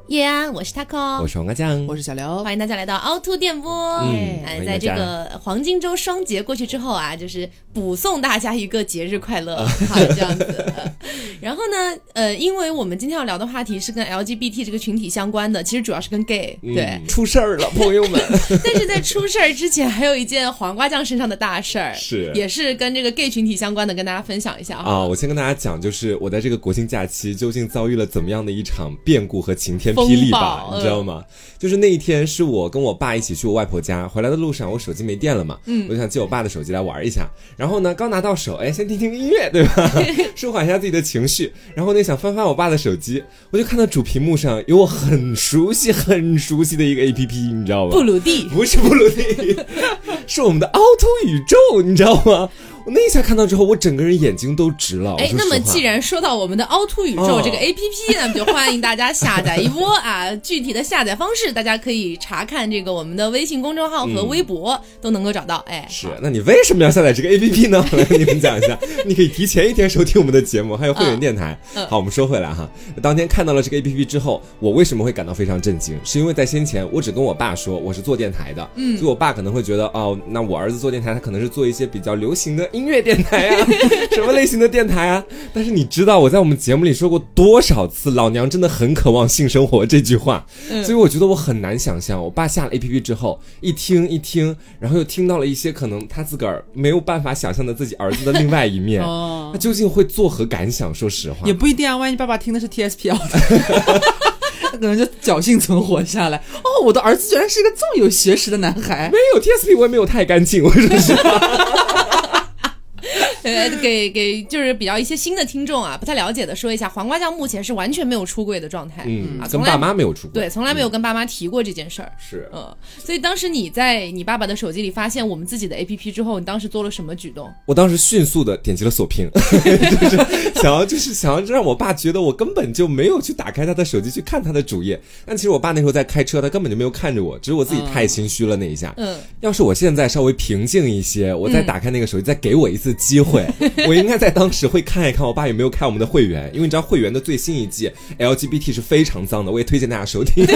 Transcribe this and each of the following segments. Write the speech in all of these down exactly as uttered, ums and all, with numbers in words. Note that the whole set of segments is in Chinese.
耶啊，我是 Taco， 我是黄瓜酱， 我是小刘， 欢迎大家来到凹凸电波。 嗯， 哎，在这个黄金周双节过去之后啊，就是补送大家一个节日快乐，好这样子。然后呢，呃，因为我们今天要聊的话题是跟 L G B T 这个群体相关的，其实主要是跟 gay，、嗯、对， 出事儿了，朋友们。 但是在出事儿之前，还有一件黄瓜酱身上的大事儿， 是也是跟这个 gay 群体相关的，跟大家分享一下啊。我先跟大家讲，就是我在这个国庆假期究竟遭遇了怎么样的一场变故和晴天霹雳吧，你知道吗？嗯、就是那一天是我跟我爸一起去我外婆家，回来的路上我手机没电了嘛，嗯，我就想借我爸的手机来玩一下。然后呢，刚拿到手，哎，先听听音乐，对吧？舒缓一下自己的情绪。然后呢，想翻翻我爸的手机，我就看到主屏幕上有我很熟悉、很熟悉的一个 A P P， 你知道吗？ 布鲁蒂， 不是布鲁蒂，是我们的凹凸宇宙，你知道吗？我那一下看到之后，我整个人眼睛都直了。 哎，那么既然说到我们的凹凸宇宙这个 A P P，、哦、那么就欢迎大家下载一波啊！具体的下载方式，大家可以查看这个我们的微信公众号和微博、嗯、都能够找到。哎， 是，那你为什么要下载这个 A P P 呢？我来跟你们讲一下，你可以提前一天收听我们的节目，还有会员电台。嗯、好，我们说回来哈，当天看到了这个 A P P 之后，我为什么会感到非常震惊？是因为在先前我只跟我爸说我是做电台的，嗯，所以我爸可能会觉得哦，那我儿子做电台，他可能是做一些比较流行的音乐电台啊。什么类型的电台啊？但是你知道我在我们节目里说过多少次老娘真的很渴望性生活这句话、嗯、所以我觉得我很难想象我爸下了 A P P 之后一听一听，然后又听到了一些可能他自个儿没有办法想象的自己儿子的另外一面、哦、他究竟会作何感想？说实话也不一定啊，万一爸爸听的是 T S P L 的他可能就侥幸存活下来。哦，我的儿子居然是一个这么有学识的男孩。 没有 T S P， 我也没有太干净，我说实话呃，给给就是比较一些新的听众啊，不太了解的说一下，黄瓜酱目前是完全没有出柜的状态， 嗯，啊、跟爸妈没有出柜， 对，从来没有跟爸妈提过这件事儿， 是， 嗯，所以当时你在你爸爸的手机里发现我们自己的 A P P 之后，你当时做了什么举动？ 我当时迅速的点击了锁屏，就是想要就是想要让我爸觉得我根本就没有去打开他的手机去看他的主页，但其实我爸那时候在开车，他根本就没有看着我，只是我自己太心虚了那一下，嗯，要是我现在稍微平静一些，我再打开那个手机，嗯、再给我一次机会。我应该在当时会看一看我爸有没有开我们的会员，因为你知道会员的最新一季 L G B T 是非常脏的，我也推荐大家收听。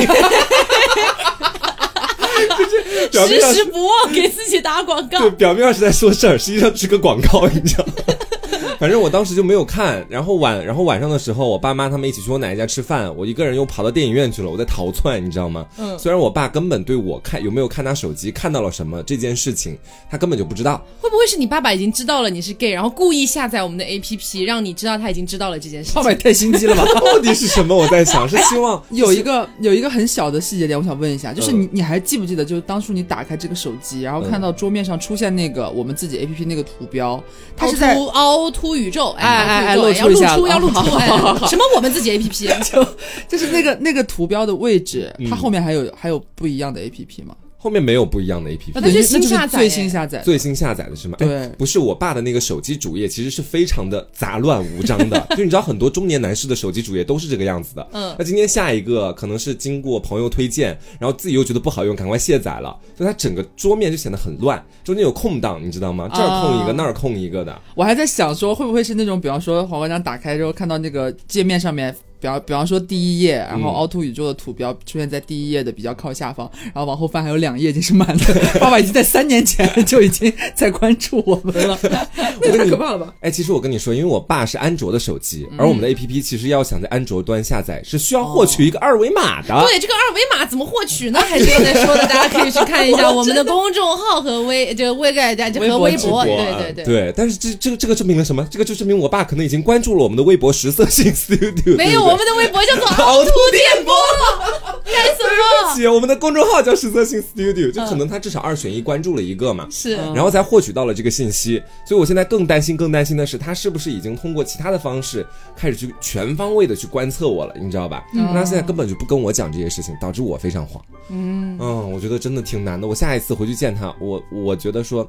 就是时时不忘给自己打广告， 对，表面上是在说事儿，实际上是个广告，你知道吗？反正我当时就没有看，然后晚然后晚上的时候，我爸妈他们一起去我奶奶家吃饭，我一个人又跑到电影院去了，我在逃窜，你知道吗？嗯，虽然我爸根本对我看有没有看他手机看到了什么这件事情，他根本就不知道。 会不会是你爸爸已经知道了你是 gay， 然后故意下载我们的 A P P， 让你知道他已经知道了这件事情？ 爸爸也太心机了吧？ 目的是什么？我在想，是希望、哎、 有一个有一个很小的细节点，我想问一下，就是你、嗯、你还记不记得，就是当初你打开这个手机，然后看到桌面上出现那个、嗯、我们自己 A P P 那个图标，它是在凹凸宇宙， 哎哎哎，露出一下， 要露出，要露出， 哎、 什么我们自己 A P P， 就就是那个那个图标的位置，它后面还有还有不一样的 A P P 吗？ 后面没有不一样的 A P P， 那是新下载， 最新下载， 最新下载的是吗？ 对， 不是我爸的那个手机主页，其实是非常的杂乱无章的。就你知道，很多中年男士的手机主页都是这个样子的。嗯，那今天下一个可能是经过朋友推荐，然后自己又觉得不好用，赶快卸载了，所以它整个桌面就显得很乱，中间有空档，你知道吗？这儿空一个，啊、那儿空一个的。 我还在想说，会不会是那种，比方说黄瓜酱打开之后看到那个界面上面。比方比方说第一页，然后凹凸宇宙的图标出现在第一页的比较靠下方，然后往后翻还有两页已经是满的。爸爸已经在三年前就已经在关注我们了，那太可怕了吧？ 哎，其实我跟你说，因为我爸是安卓的手机，而我们的 A P P 其实要想在安卓端下载，是需要获取一个二维码的。 哦、对，这个二维码怎么获取呢？还是刚才说的，大家可以去看一下我们的公众号和微这个微概大家和微博，对对对对。但是这这个这个证明了什么？这个就证明我爸可能已经关注了我们的微博实色性 Studio。 没有，我们的微博叫做凹凸电波，干什么？ 对不起，我们的公众号叫实色性 Studio， 就可能他至少二选一关注了一个嘛， 是、嗯， 然后才获取到了这个信息。所以我现在更担心，更担心的是他是不是已经通过其他的方式开始去全方位的去观测我了，你知道吧？嗯、他现在根本就不跟我讲这些事情，导致我非常慌。嗯嗯，我觉得真的挺难的。我下一次回去见他，我我觉得说。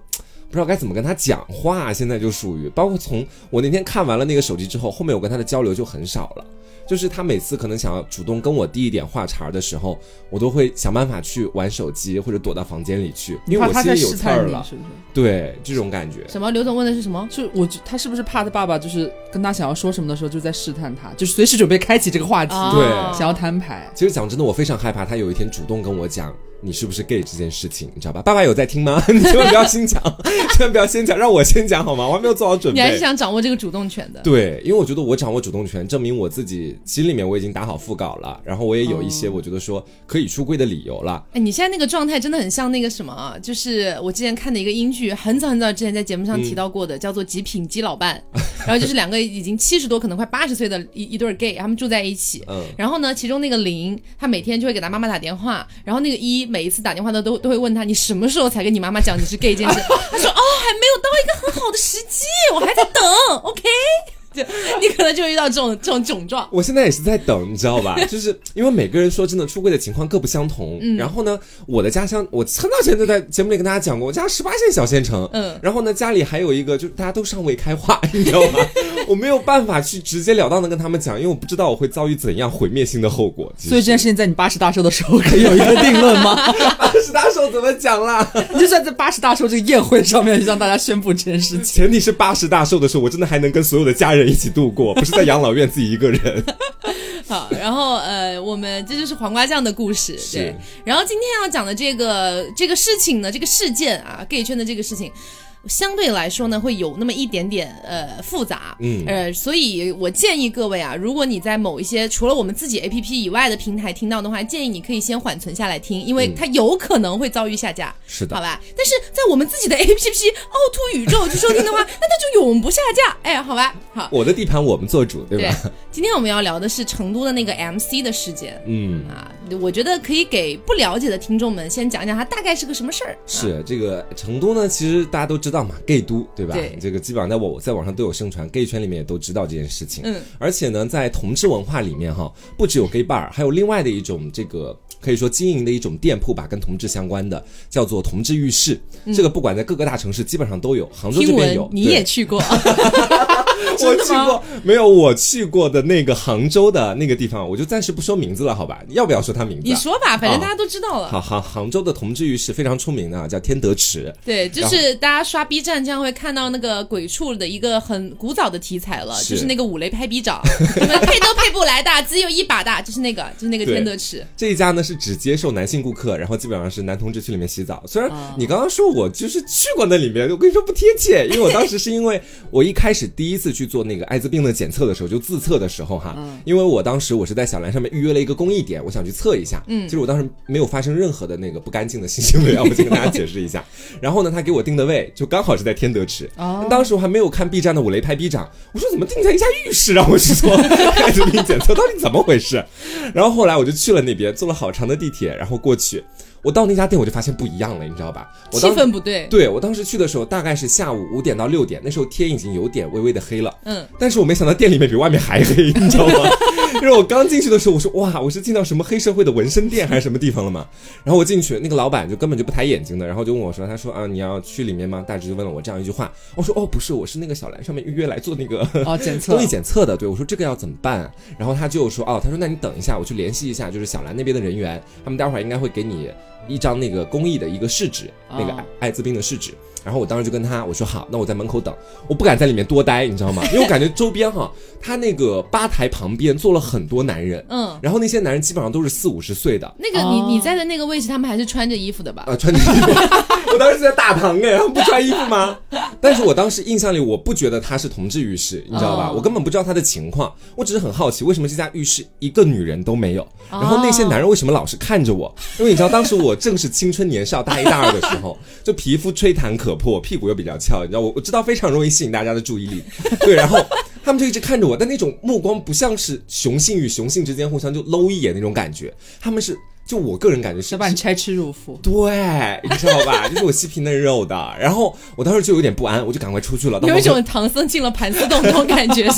不知道该怎么跟他讲话，现在就属于包括从我那天看完了那个手机之后，后面我跟他的交流就很少了。就是他每次可能想要主动跟我递一点话茬的时候，我都会想办法去玩手机或者躲到房间里去，因为我心里有刺儿了， 是不是？ 对，这种感觉。 什么？刘总问的是什么？ 就我他是不是怕他爸爸就是跟他想要说什么的时候就在试探他，就是随时准备开启这个话题， 哦、 对，想要摊牌。 其实讲真的，我非常害怕他有一天主动跟我讲你是不是 gay 这件事情，你知道吧？爸爸有在听吗？你千万不要先讲，千万不要先讲，让我先讲好吗？我还没有做好准备。 你还是想掌握这个主动权的。 对，因为我觉得我掌握主动权，证明我自己心里面我已经打好副稿了，然后我也有一些我觉得说可以出柜的理由了。 哎，你现在那个状态真的很像那个什么啊，就是我之前看的一个英剧，很早很早之前在节目上提到过的，嗯、叫做《极品基老伴》，然后就是两个已经七十多，可能快八十岁的一一对 gay， 他们住在一起。嗯。然后呢，其中那个零，他每天就会给他妈妈打电话，然后那个一每一次打电话的都。都会问他你什么时候才跟你妈妈讲你是 gay 这件事他说哦还没有到一个很好的时机我还在等 OK 就你可能就遇到这种这种窘状。 我现在也是在等，你知道吧？就是因为每个人说真的出柜的情况各不相同。嗯，然后呢，我的家乡，我很早前就在节目里跟大家讲过，我家十八线小县城。嗯，然后呢，家里还有一个，就是大家都尚未开化，你知道吗？我没有办法去直截了当的跟他们讲，因为我不知道我会遭遇怎样毁灭性的后果。 所以这件事情在你八十大寿的时候可以有一个定论吗？ 八十大寿怎么讲啦？ 你就算在八十大寿这个宴会上面让大家宣布这件事情。 前提是八十大寿的时候，我真的还能跟所有的家人一起度过。不是在养老院自己一个人。 好，然后呃，我们这就是黄瓜酱的故事，对。然后今天要讲的这个这个事情呢，这个事件啊 ，gay 圈的这个事情。相对来说呢，会有那么一点点呃复杂，嗯，呃，所以我建议各位啊，如果你在某一些除了我们自己 A P P 以外的平台听到的话，建议你可以先缓存下来听，因为它有可能会遭遇下架， 是的， 好吧？但是在我们自己的 A P P 凹凸宇宙去收听的话，那它就永不下架，哎，好吧？好， 我的地盘我们做主，对吧？ 对，今天我们要聊的是成都的那个 M C 的事件，嗯啊，我觉得可以给不了解的听众们先讲讲它大概是个什么事儿。 是、啊、这个成都呢，其实大家都知道嘛 ，gay 都。对吧？对，这个基本上在我在网上都有盛传 ，gay 圈里面也都知道这件事情。嗯，而且呢，在同志文化里面哈，不只有 gay bar， 还有另外的一种这个可以说经营的一种店铺吧，跟同志相关的，叫做同志浴室。嗯、这个不管在各个大城市基本上都有，杭州这边有， 你也去过。 我去过，没有我去过的那个杭州的那个地方，我就暂时不说名字了，好吧？要不要说他名字、啊？ 你说吧，反正大家都知道了。 哦、好好，杭州的同志浴室非常出名的，叫天德池。 对，就是大家刷 B 站这样会看到那个鬼畜的一个很古早的题材了，是就是那个五雷拍逼掌，你们配都配不来的，只有一把大，就是那个，就是那个天德池。 这一家呢是只接受男性顾客，然后基本上是男同志去里面洗澡。虽然你刚刚说我就是去过那里面，我跟你说不贴切，因为我当时是因为我一开始第一次去做那个艾滋病的检测的时候，就自测的时候哈，嗯、因为我当时我是在小蓝上面预约了一个公益点，我想去测一下。嗯，其实我当时没有发生任何的那个不干净的性行为啊，我先跟大家解释一下。然后呢，他给我定的位就刚好是在天德池。哦，当时我还没有看 B 站的五雷拍逼掌，我说怎么定在一家浴室啊？我是说艾滋病检测到底怎么回事？然后后来我就去了那边，坐了好长的地铁，然后过去。我到那家店我就发现不一样了，你知道吧？我气氛不对。 对，我当时去的时候大概是下午五点到六点，那时候天已经有点微微的黑了。嗯，但是我没想到店里面比外面还黑，你知道吗？因为我刚进去的时候，我说哇，我是进到什么黑社会的纹身店还是什么地方了吗？然后我进去，那个老板就根本就不抬眼睛的，然后就问我说，他说啊，你要去里面吗？大致就问了我这样一句话。我说哦，不是，我是那个小蓝上面预约来做那个哦检测公益检测的。对，我说这个要怎么办？然后他就说哦，他说那你等一下，我去联系一下，就是小蓝那边的人员，他们待会儿应该会给你一张那个公益的一个试纸，那个艾滋病的试纸。然后我当时就跟他我说好，那我在门口等，我不敢在里面多待，你知道吗？因为我感觉周边哈，他那个吧台旁边坐了很多男人，嗯，然后那些男人基本上都是四五十岁的。 那个你你在的那个位置，他们还是穿着衣服的吧？ 啊，穿着衣服。我当时在大堂哎，他们不穿衣服吗？但是我当时印象里，我不觉得他是同志浴室，你知道吧？我根本不知道他的情况，我只是很好奇，为什么这家浴室一个女人都没有？然后那些男人为什么老是看着我？因为你知道，当时我正是青春年少，大一大二的时候，就皮肤吹弹可破，屁股又比较翘，你知道我我知道非常容易吸引大家的注意力，对，然后他们就一直看着我，但那种目光不像是雄性与雄性之间互相就搂一眼那种感觉，他们是就我个人感觉是要把你拆吃入腹， 对，你知道吧？就是我细皮嫩肉的，然后我当时就有点不安，我就赶快出去了。 有一种唐僧进了盘丝洞那种感觉是吗？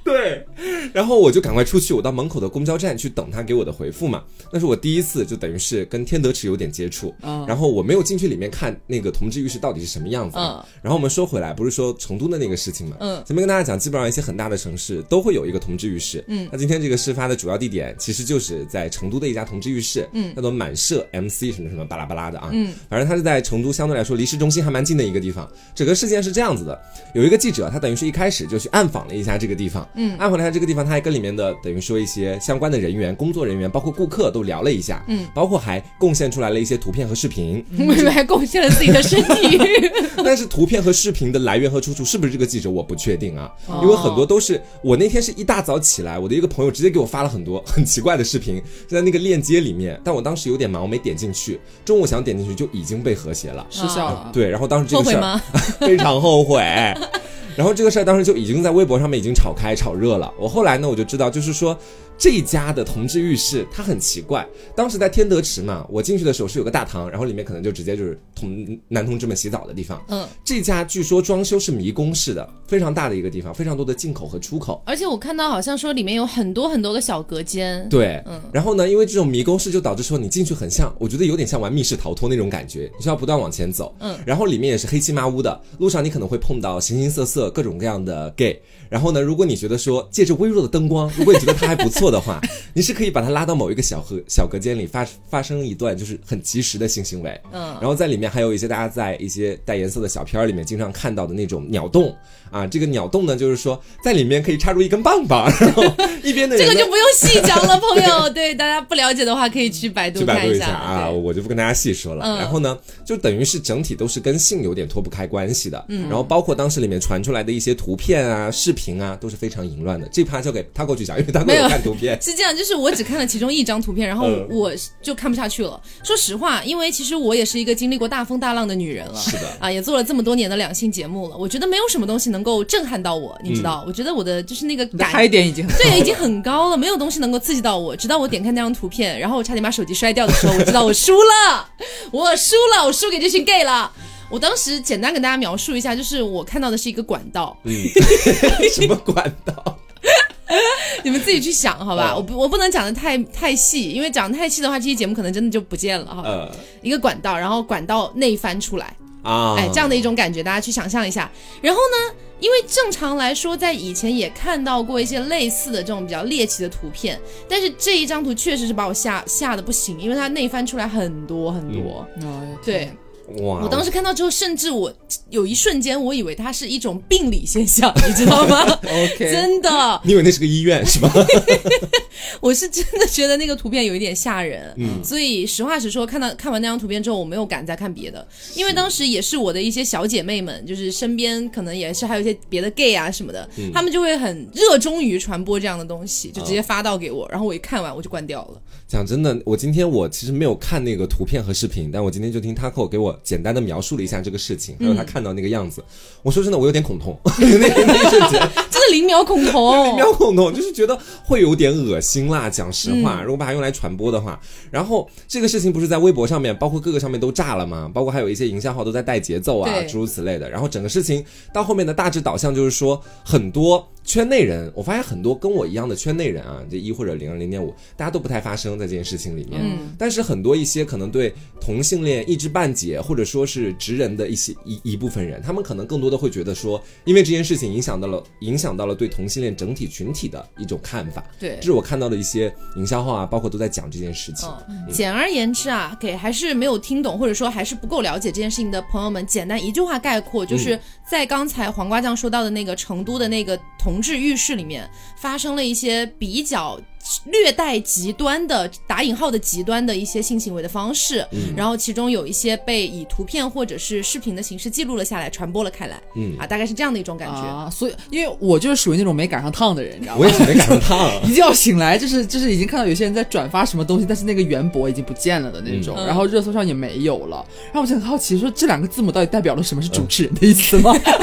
对，然后我就赶快出去，我到门口的公交站去等他给我的回复嘛。那是我第一次就等于是跟天德池有点接触，嗯、然后我没有进去里面看那个同志浴室到底是什么样子、啊。嗯、然后我们说回来，不是说成都的那个事情嘛？嗯，前面跟大家讲，基本上一些很大的城市都会有一个同志浴室。嗯，那今天这个事发的主要地点其实就是在成都的一家同志浴室，嗯，叫做满社 M C 什么什么巴拉巴拉的啊。嗯，反正它是在成都相对来说离市中心还蛮近的一个地方。整个事件是这样子的，有一个记者他等于是一开始就去暗访了一下这个地方。嗯，暗访了一下这个地方，他还跟里面的等于说一些相关的人员、工作人员，包括顾客都聊了一下，嗯，包括还贡献出来了一些图片和视频。 为什么还贡献了自己的身体？ 但是图片和视频的来源和出处是不是这个记者，我不确定啊，哦、因为很多都是我那天是一大早起来，我的一个朋友直接给我发了很多很奇怪的视频，就在那个链接里面，但我当时有点忙，我没点进去。中午想点进去就已经被和谐了， 失效了。 对，然后当时这个事后悔吗？ 非常后悔。然后这个事儿当时就已经在微博上面已经炒开炒热了。我后来呢，我就知道，就是说这一家的同志浴室它很奇怪。当时在天德池嘛，我进去的时候是有个大堂，然后里面可能就直接就是同男同志们洗澡的地方。嗯，这家据说装修是迷宫式的，非常大的一个地方，非常多的进口和出口。 而且我看到好像说里面有很多很多个小隔间。 对，嗯。然后呢，因为这种迷宫式就导致说你进去很像，我觉得有点像玩密室逃脱那种感觉，你需要不断往前走。嗯。然后里面也是黑漆麻乌的，路上你可能会碰到形形色色各种各样的 gay。然后呢，如果你觉得说借着微弱的灯光，如果你觉得它还不错的话，你是可以把它拉到某一个小隔小隔间里发发生一段就是很及时的性行为。嗯，然后在里面还有一些大家在一些带颜色的小片里面经常看到的那种鸟洞啊，这个鸟洞呢，就是说在里面可以插入一根棒棒，然后一边的人这个就不用细讲了，朋友。对大家不了解的话，可以去百度看一下啊，我就不跟大家细说了。嗯、然后呢，就等于是整体都是跟性有点脱不开关系的。嗯，然后包括当时里面传出来的一些图片啊、视频啊，都是非常淫乱的。这趴交给他过去讲，因为他没有看图片。 是这样，就是我只看了其中一张图片，然后我就看不下去了。嗯、说实话，因为其实我也是一个经历过大风大浪的女人了， 是的啊，也做了这么多年的两性节目了，我觉得没有什么东西能够震撼到我，你知道？嗯、我觉得我的就是那个感嗨点已经很高了， 对，已经很高了，没有东西能够刺激到我。直到我点开那张图片，然后我差点把手机摔掉的时候，我知道我输了，我输了，我输给这群 gay 了。我当时简单跟大家描述一下，就是我看到的是一个管道，嗯， 什么管道？ 你们自己去想好吧，哦、我不我不能讲的太太细，因为讲的太细的话，这期节目可能真的就不见了哈。呃、一个管道，然后管道内翻出来啊，哎，这样的一种感觉，大家去想象一下。然后呢，因为正常来说，在以前也看到过一些类似的这种比较猎奇的图片，但是这一张图确实是把我吓吓得不行，因为它内翻出来很多很多，嗯、对。 哇！ 我当时看到之后，甚至我有一瞬间，我以为它是一种病理现象，你知道吗 ？OK， 真的。 你以为那是个医院是吧？ 我是真的觉得那个图片有一点吓人，嗯，所以实话实说，看到看完那张图片之后，我没有敢再看别的，因为当时也是我的一些小姐妹们，就是身边可能也是还有一些别的 gay 啊什么的，嗯、他们就会很热衷于传播这样的东西，就直接发到给我，然后我一看完我就关掉了。 讲真的，我今天我其实没有看那个图片和视频，但我今天就听 Taco 给我简单的描述了一下这个事情，还有他看到那个样子。嗯、我说真的，我有点恐同，那那一瞬间真的零秒恐同， 零秒恐同，就是觉得会有点恶心啦。讲实话，嗯、如果把它用来传播的话，然后这个事情不是在微博上面，包括各个上面都炸了吗？包括还有一些营销号都在带节奏啊，诸如此类的。然后整个事情到后面的大致导向就是说，很多圈内人，我发现很多跟我一样的圈内人啊，这一或者零零点五，大家都不太发声在这件事情里面。嗯，但是很多一些可能对同性恋一知半解，或者说是直人的一些一一部分人，他们可能更多的会觉得说，因为这件事情影响到了影响到了对同性恋整体群体的一种看法。 对， 这是我看到的一些营销号啊，包括都在讲这件事情。 哦嗯、简而言之啊，给还是没有听懂或者说还是不够了解这件事情的朋友们，简单一句话概括，就是在刚才黄瓜酱说到的那个成都的那个同志浴室里面，发生了一些比较略带极端的打引号的极端的一些性行为的方式，嗯、然后其中有一些被以图片或者是视频的形式记录了下来，传播了开来，嗯啊，大概是这样的一种感觉啊。所以因为我就是属于那种没赶上烫的人，你知道吗？ 我也是没赶上烫， 一觉醒来就是就是已经看到有些人在转发什么东西，但是那个原博已经不见了的那种，嗯、然后热搜上也没有了。然后我就很好奇，说这两个字母到底代表了什么？是主持人的意思吗？嗯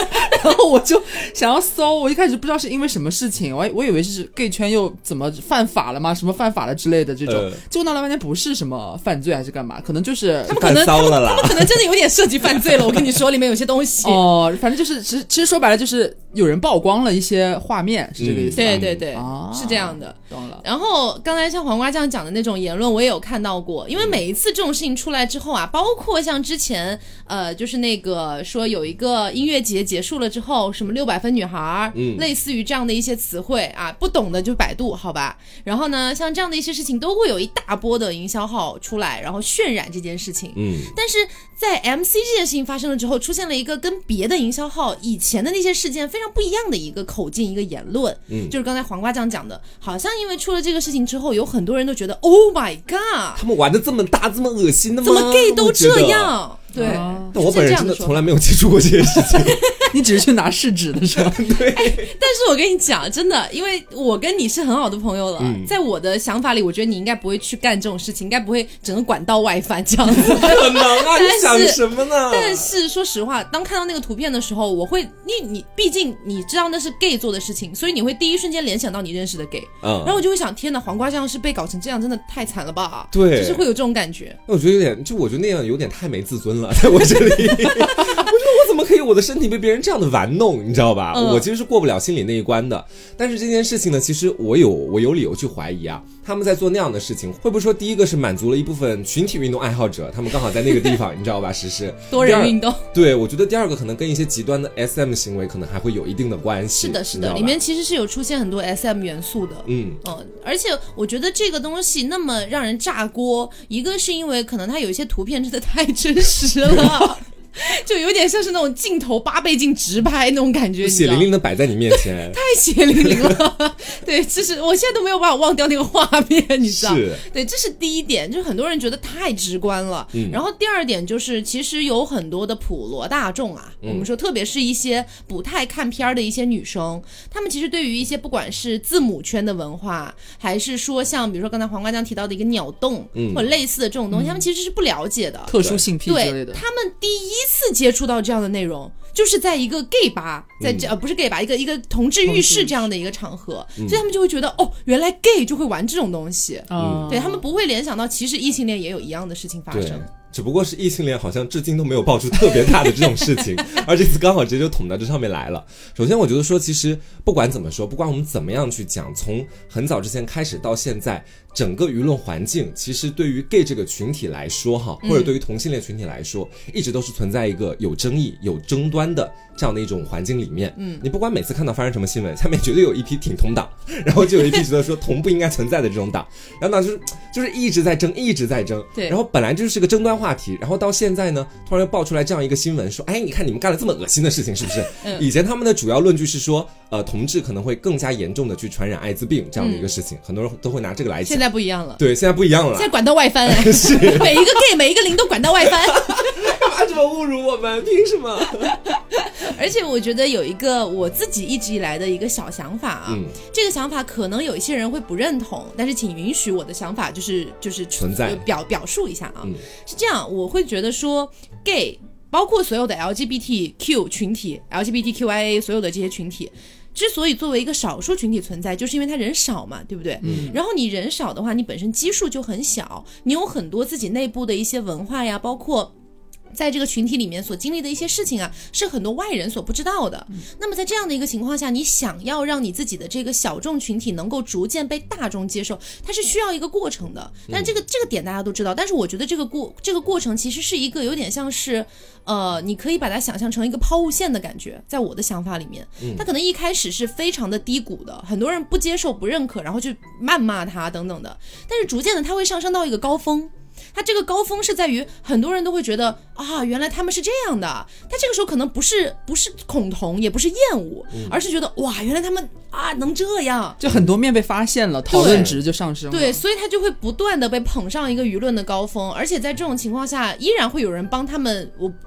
然后我就想要搜，我一开始不知道是因为什么事情，我我以为是 gay 圈又怎么犯法了吗？什么犯法了之类的这种，呃、结果闹了半天不是什么犯罪还是干嘛，可能就是他们可能骚了啦， 他们可能真的有点涉及犯罪了。我跟你说，里面有些东西哦，反正就是其实其实说白了就是有人曝光了一些画面，是这个意思、 嗯。对对对、 啊， 是这样的。 懂了。 然后刚才像黄瓜酱讲的那种言论，我也有看到过，因为每一次这种事情出来之后啊，包括像之前呃，就是那个说有一个音乐节结束了之后，什么六百分女孩，嗯，类似于这样的一些词汇啊，不懂的就百度，好吧。然后呢，像这样的一些事情都会有一大波的营销号出来，然后渲染这件事情。嗯，但是在 M C 这件事情发生了之后，出现了一个跟别的营销号以前的那些事件非常不一样的一个口径，一个言论。嗯，就是刚才黄瓜酱讲的，好像因为出了这个事情之后，有很多人都觉得 Oh my God， 他们玩的这么大，这么恶心的吗？ 怎么 gay 都这样？对、啊， 但我本人真的从来没有接触过这些事情。 你只是去拿试纸的时候， 对、 哎。但是我跟你讲，真的，因为我跟你是很好的朋友了，嗯、在我的想法里，我觉得你应该不会去干这种事情，应该不会整个管道外翻这样子。 不可能啊！你想什么呢？ 但是说实话，当看到那个图片的时候，我会，因为你毕竟你知道那是 gay 做的事情，所以你会第一瞬间联想到你认识的 gay，、嗯、然后我就会想，天哪，黄瓜酱是被搞成这样，真的太惨了吧？ 对， 就是会有这种感觉。 那我觉得有点，就我觉得那样有点太没自尊了，在我这里。我觉得我怎么可以我的身体被别人这样的玩弄，你知道吧、嗯、我其实是过不了心里那一关的。但是这件事情呢，其实我有我有理由去怀疑啊，他们在做那样的事情，会不会说第一个是满足了一部分群体运动爱好者，他们刚好在那个地方你知道吧，实施多人运动。 对，我觉得第二个可能跟一些极端的 S M 行为可能还会有一定的关系。 是的是的，里面其实是有出现很多 S M 元素的。嗯嗯，而且我觉得这个东西那么让人炸锅，一个是因为可能它有一些图片真的太真实了就有点像是那种镜头八倍镜直拍那种感觉， 血淋淋的摆在你面前， 太血淋淋了。对，就是我现在都没有办法忘掉那个画面，你知道？是，对，这是第一点，就是很多人觉得太直观了。嗯，然后第二点就是，其实有很多的普罗大众啊，嗯、我们说特别是一些不太看片的一些女生，她们其实对于一些不管是字母圈的文化，还是说像比如说刚才黄瓜酱提到的一个鸟洞、嗯、或者类似的这种东西，她、嗯、们其实是不了解的， 特殊性癖之类的。 对，她们第一次接触到这样的内容，就是在一个 gay 吧，在这、嗯、呃不是 gay 吧，一个一个同志浴室这样的一个场合，所以他们就会觉得哦，原来 gay 就会玩这种东西，嗯，对他们不会联想到其实异性恋也有一样的事情发生。 只不过是异性恋好像至今都没有爆出特别大的这种事情，而这次刚好直接就捅到这上面来了。首先我觉得说，其实不管怎么说，不管我们怎么样去讲，从很早之前开始到现在，整个舆论环境其实对于 gay 这个群体来说哈，或者对于同性恋群体来说、嗯、一直都是存在一个有争议有争端的这样的一种环境里面。嗯，你不管每次看到发生什么新闻，下面绝对有一批挺同党，然后就有一批觉得说同不应该存在的这种党，然后呢就是就是一直在争一直在争。对，然后本来就是个争端话题，然后到现在呢突然又爆出来这样一个新闻说，哎，你看你们干了这么恶心的事情是不是、嗯、以前他们的主要论据是说呃，同志可能会更加严重的去传染艾滋病这样的一个事情、嗯、很多人都会拿这个来讲。 现在不一样了， 对，现在不一样了， 现在管到外翻、哎、 是每一个 gay 每一个零都管到外翻干嘛这么侮辱我们，凭什么？ 而且我觉得有一个我自己一直以来的一个小想法啊、嗯、这个想法可能有一些人会不认同，但是请允许我的想法就是就是存在表表述一下啊、嗯、是这样，我会觉得说 gay 包括所有的 L G B T Q 群体 L G B T Q I A 所有的这些群体之所以作为一个少数群体存在，就是因为他人少嘛，对不对？嗯。然后你人少的话，你本身基数就很小，你有很多自己内部的一些文化呀，包括在这个群体里面所经历的一些事情啊，是很多外人所不知道的、嗯、那么在这样的一个情况下，你想要让你自己的这个小众群体能够逐渐被大众接受，它是需要一个过程的，但这个、嗯、这个点大家都知道，但是我觉得这个过这个过程其实是一个有点像是呃，你可以把它想象成一个抛物线的感觉，在我的想法里面、嗯、它可能一开始是非常的低谷的，很多人不接受不认可，然后就谩骂它等等的，但是逐渐的它会上升到一个高峰，它这个高峰是在于很多人都会觉得啊，原来他们是这样的，他这个时候可能不是不是恐同，也不是厌恶、嗯、而是觉得哇，原来他们啊能这样， 就很多面被发现了，讨论值就上升了。 对，所以他就会不断的被捧上一个舆论的高峰，而且在这种情况下依然会有人帮他们我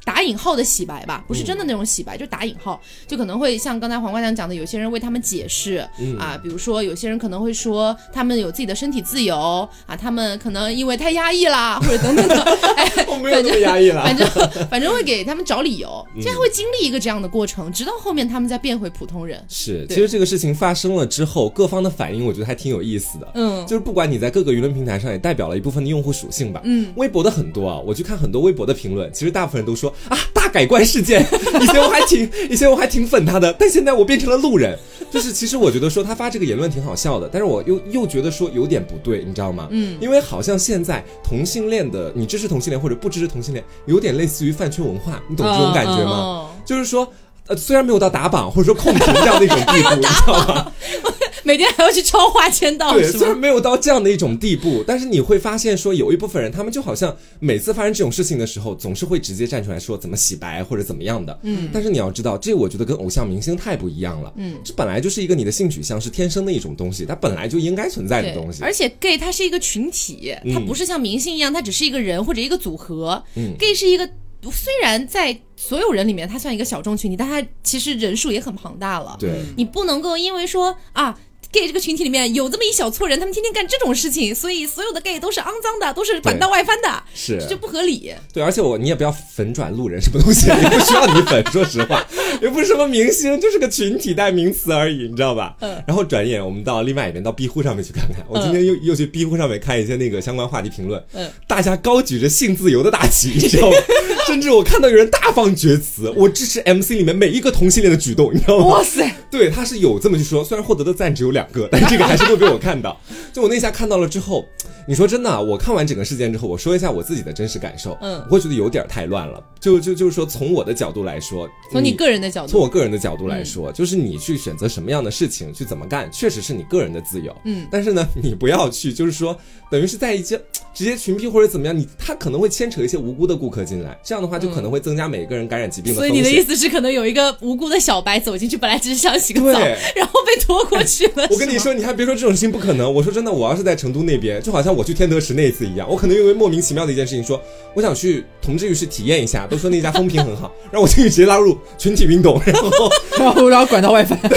打引号的洗白吧，不是真的那种洗白，嗯、就打引号，就可能会像刚才黄瓜酱讲的，有些人为他们解释、嗯、啊，比如说有些人可能会说他们有自己的身体自由啊，他们可能因为太压抑啦，或者等等的，哎， 我没有那么压抑啦， 反正反正会给他们找理由，经常会经历一个这样的过程，直到后面他们再变回普通人。 是，其实这个事情发生了之后，各方的反应我觉得还挺有意思的。嗯，就是不管你在各个舆论平台上，也代表了一部分的用户属性吧。嗯，微博的很多啊，我去看很多微博的评论，其实大部分人都说啊，大改观事件，以前我还挺以前我还挺粉他的，但现在我变成了路人。就是其实我觉得说他发这个言论挺好笑的，但是我又又觉得说有点不对，你知道吗？嗯，因为好像现在同性恋的，你支持同性恋或者不支持同性恋，有点类似于饭圈文化，你懂这种感觉吗？哦哦、就是说。呃，虽然没有到打榜或者说控评这样的一种地步，你知道吗？ 每天还要去抄花签到， 对，虽然没有到这样的一种地步，但是你会发现说有一部分人，他们就好像每次发生这种事情的时候，总是会直接站出来说怎么洗白或者怎么样的。嗯，但是你要知道，这我觉得跟偶像明星太不一样了。嗯，这本来就是一个你的性取向是天生的一种东西，它本来就应该存在的东西。 而且 gay 它是一个群体，它不是像明星一样，它只是一个人或者一个组合。嗯 ，gay 是一个。虽然在所有人里面它算一个小众群体，但它其实人数也很庞大了。 对， 你不能够因为说啊 gay 这个群体里面有这么一小撮人，他们天天干这种事情，所以所有的 gay 都是肮脏的，都是管道外翻的， 是这就不合理。 对，而且我你也不要粉转路人什么东西，也不需要你粉，说实话，也不是什么明星，就是个群体代名词而已，你知道吧？嗯。然后转眼我们到另外一边，到逼乎上面去看看。我今天又、嗯、又去逼乎上面看一些那个相关话题评论，嗯，大家高举着性自由的大旗，你知道吗？甚至我看到有人大放厥词，我支持 M C 里面每一个同性恋的举动，你知道吗？ 哇塞， 对，他是有这么去说，虽然获得的赞只有两个，但这个还是会被我看到。就我那下看到了之后，你说真的、啊，我看完整个事件之后，我说一下我自己的真实感受，嗯，我会觉得有点太乱了。就就就是说，从我的角度来说， 从你个人的角度， 从我个人的角度来说，嗯、就是你去选择什么样的事情去怎么干，确实是你个人的自由，嗯，但是呢，你不要去，就是说，等于是在一些直接群批或者怎么样，你他可能会牵扯一些无辜的顾客进来，这样的话就可能会增加每个人感染疾病的风险。 所以你的意思是，可能有一个无辜的小白走进去，本来只是想洗个澡，然后被拖过去了。 我跟你说，你还别说这种事情不可能。我说真的，我要是在成都那边，就好像我去天德池那一次一样，我可能因为莫名其妙的一件事情说，我想去同志浴室体验一下，都说那家风评很好，然后我进去直接拉入群体运动，然后然后然后管到外翻。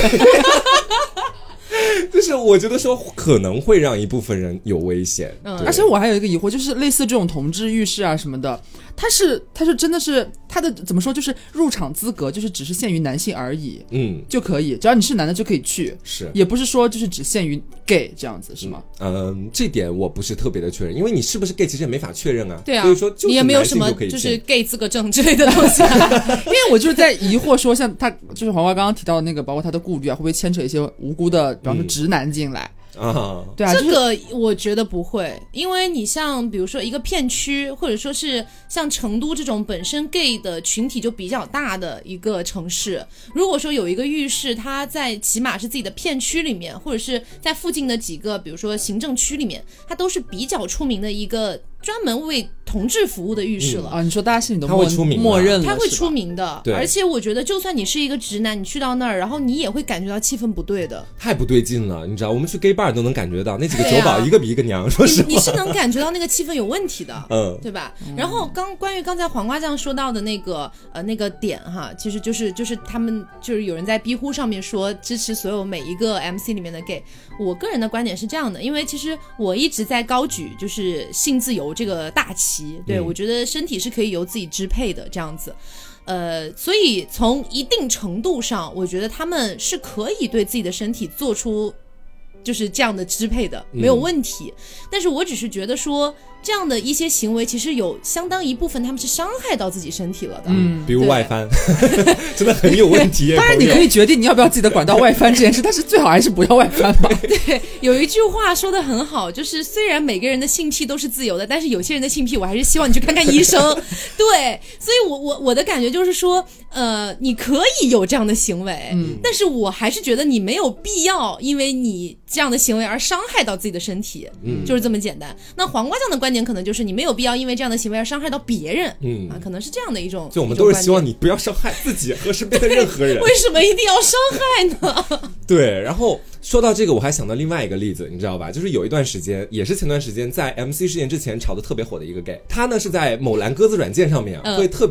就是我觉得说可能会让一部分人有危险，嗯， 而且我还有一个疑惑，就是类似这种同志浴室啊什么的，它是它是真的是它的怎么说，就是入场资格就是只是限于男性而已，嗯，就可以，只要你是男的就可以去， 是， 也不是说就是只限于 gay 这样子，是吗？ 嗯，这点我不是特别的确认，因为你是不是 gay 其实也没法确认啊， 对啊， 所以说就是你也没有什么就是 gay 资格证之类的东西、啊， 因为我就是在疑惑说，像他就是黄瓜刚刚提到的那个，包括他的顾虑啊，会不会牵扯一些无辜的，比方说直男进来？ 啊， 对啊， 这个我觉得不会，因为你像比如说一个片区，或者说是像成都这种本身 gay 的群体就比较大的一个城市，如果说有一个浴室，它在起码是自己的片区里面，或者是在附近的几个比如说行政区里面，它都是比较出名的一个专门为同志服务的浴室了、 嗯、啊！你说大家心里都默默认了， 它会出名的。而且我觉得，就算你是一个直男，你去到那儿，然后你也会感觉到气氛不对的， 太不对劲了。你知道，我们去 gay bar 都能感觉到那几个酒保一个比一个娘，说实话， 你, 你是能感觉到那个气氛有问题的， 嗯， 对吧？嗯、然后刚关于刚才黄瓜酱说到的那个呃那个点哈，其实就是就是他们就是有人在逼乎上面说支持所有每一个 M C 里面的 gay。我个人的观点是这样的，因为其实我一直在高举就是性自由这个大旗，对、嗯、我觉得身体是可以由自己支配的这样子，呃，所以从一定程度上，我觉得他们是可以对自己的身体做出就是这样的支配的，没有问题、嗯、但是我只是觉得说这样的一些行为其实有相当一部分他们是伤害到自己身体了的， 嗯，比如外翻真的很有问题。 当然你可以决定你要不要自己的管道外翻这件事，但是最好还是不要外翻吧。 对，有一句话说得很好，就是虽然每个人的性癖都是自由的，但是有些人的性癖我还是希望你去看看医生。对，所以我我我的感觉就是说呃，你可以有这样的行为、嗯、但是我还是觉得你没有必要因为你这样的行为而伤害到自己的身体，嗯，就是这么简单。那黄瓜酱的观点可能就是你没有必要因为这样的行为而伤害到别人，嗯啊，可能是这样的一种。 就我们都是希望你不要伤害自己和身边的任何人。 为什么一定要伤害呢？ 对，然后说到这个，我还想到另外一个例子，你知道吧？就是有一段时间，也是前段时间在 M C 事件之前炒得特别火的一个 gay， 他呢是在某蓝鸽子软件上面、啊嗯、会特别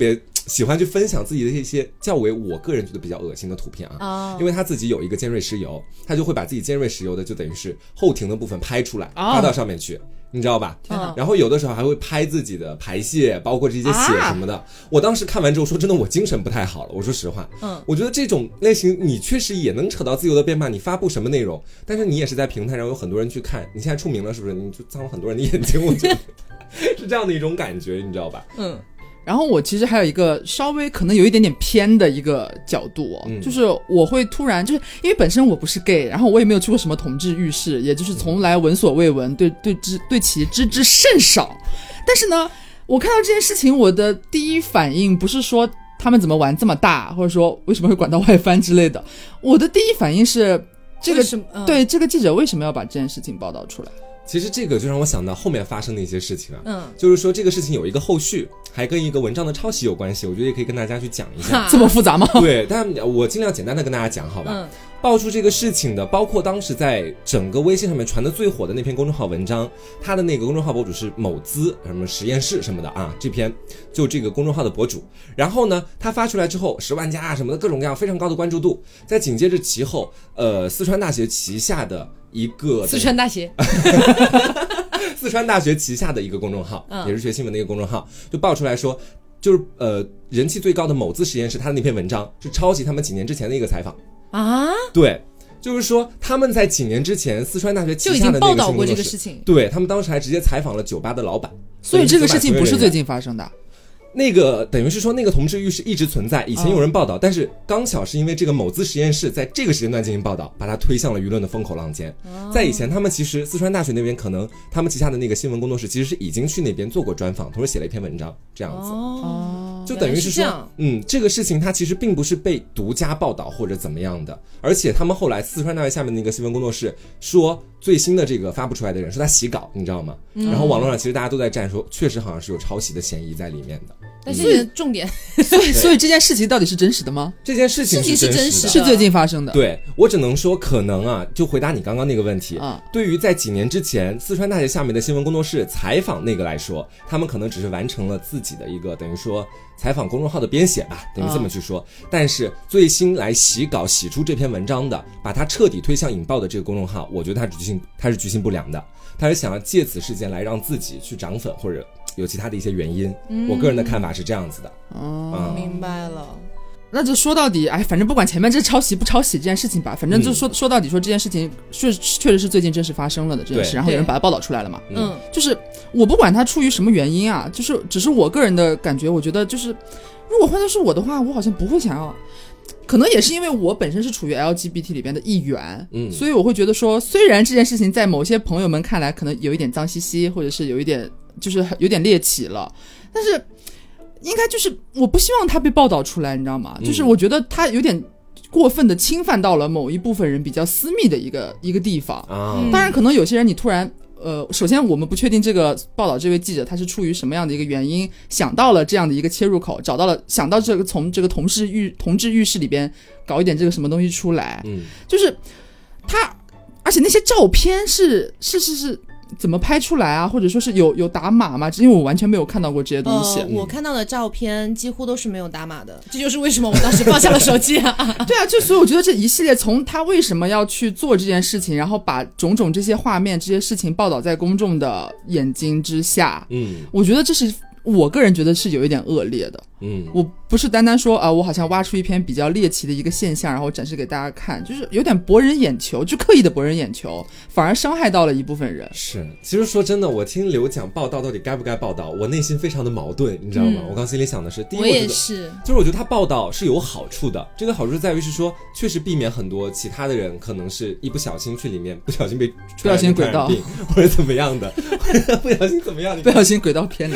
喜欢去分享自己的一些较为我个人觉得比较恶心的图片啊， oh. 因为他自己有一个尖锐湿疣，他就会把自己尖锐湿疣的就等于是后庭的部分拍出来发到上面去。Oh.你知道吧？然后有的时候还会拍自己的排泄，包括这些血什么的。啊、我当时看完之后说，真的，我精神不太好了。我说实话，嗯，我觉得这种类型你确实也能扯到自由的边吧。你发布什么内容，但是你也是在平台上有很多人去看。你现在出名了，是不是？你就脏了很多人的眼睛，我觉得是这样的一种感觉，你知道吧？嗯。 然后我其实还有一个稍微可能有一点点偏的一个角度哦，嗯、就是我会突然就是因为本身我不是 gay， 然后我也没有去过什么同志浴室，也就是从来闻所未闻，对对之对其知之甚少。但是呢，我看到这件事情，我的第一反应不是说他们怎么玩这么大，或者说为什么会管到外翻之类的，我的第一反应是这个、嗯、对这个记者为什么要把这件事情报道出来。 其实这个就让我想到后面发生的一些事情啊，嗯，就是说这个事情有一个后续，还跟一个文章的抄袭有关系，我觉得也可以跟大家去讲一下。 这么复杂吗？ 对，但我尽量简单的跟大家讲，好吧。嗯，爆出这个事情的，包括当时在整个微信上面传的最火的那篇公众号文章，他的那个公众号博主是某资什么实验室什么的啊，这篇就这个公众号的博主，然后呢，他发出来之后十万加啊什么的各种各样非常高的关注度，在紧接着其后，呃，四川大学旗下的一个四川大学。 四川大学旗下的一个公众号，嗯、也是学新闻的一个公众号，就爆出来说，就是呃人气最高的某资实验室，他的那篇文章是抄袭他们几年之前的一个采访啊。对，就是说他们在几年之前，四川大学旗下的那个新闻就已经报道过这个事情。 对，他们当时还直接采访了酒吧的老板， 所以这个事情不是最近发生的。 那个等于是说那个同志浴室一直存在，以前有人报道、哦、但是刚巧是因为这个某资实验室在这个时间段进行报道，把它推向了舆论的风口浪尖、哦、在以前他们其实四川大学那边可能他们旗下的那个新闻工作室其实是已经去那边做过专访，同时写了一篇文章这样子哦，就等于是说是嗯，这个事情它其实并不是被独家报道或者怎么样的，而且他们后来四川大学下面那个新闻工作室说最新的这个发布出来的人说他洗稿，你知道吗、嗯、然后网络上其实大家都在站说确实好像是有抄袭的嫌疑在里面的， 但是重点所以所以这件事情到底是真实的吗？ 这件事情是真实的， 是最近发生的。 对，我只能说可能啊，就回答你刚刚那个问题、啊、对于在几年之前四川大学下面的新闻工作室采访那个来说，他们可能只是完成了自己的一个等于说采访公众号的编写吧，等于这么去说、啊、但是最新来洗稿洗出这篇文章的，把它彻底推向引爆的这个公众号，我觉得他是居心他是居心不良的，他是想要借此事件来让自己去涨粉或者有其他的一些原因、嗯、我个人的看法是这样子的。 哦、嗯，明白了。 那就说到底，哎，反正不管前面这抄袭不抄袭这件事情吧，反正就说、嗯、说到底，说这件事情确确实是最近真实发生了的这件事，然后有人把它报道出来了嘛。嗯，就是我不管他出于什么原因啊，就是只是我个人的感觉，我觉得就是如果换作是我的话，我好像不会想要。可能也是因为我本身是处于 L G B T 里边的一员，嗯，所以我会觉得说，虽然这件事情在某些朋友们看来可能有一点脏兮兮，或者是有一点就是有点猎奇了，但是应该就是我不希望它被报道出来，你知道吗？就是我觉得它有点过分的侵犯到了某一部分人比较私密的一个一个地方啊。当然，可能有些人你突然。呃，首先我们不确定这个报道这位记者他是出于什么样的一个原因想到了这样的一个切入口，找到了想到这个从这个同事浴同志浴室里边搞一点这个什么东西出来，嗯，就是他，而且那些照片是是是是怎么拍出来啊？或者说是有有打码吗？因为我完全没有看到过这些东西。 呃、我看到的照片几乎都是没有打码的，这就是为什么我当时放下了手机啊。 对啊，就所以我觉得这一系列从他为什么要去做这件事情，然后把种种这些画面、这些事情报道在公众的眼睛之下，嗯，我觉得这是我个人觉得是有一点恶劣的。嗯，我不是单单说啊、呃，我好像挖出一篇比较猎奇的一个现象，然后展示给大家看，就是有点博人眼球，就刻意的博人眼球，反而伤害到了一部分人。 是，其实说真的，我听刘讲报道到底该不该报道，我内心非常的矛盾，你知道吗？嗯、我刚心里想的是，第一， 我也是， 就是我觉得他报道是有好处的，这个好处在于是说，确实避免很多其他的人可能是一不小心去里面，不小心被不小心轨道或者怎么样的，不小心怎么样， 不小心轨道偏离。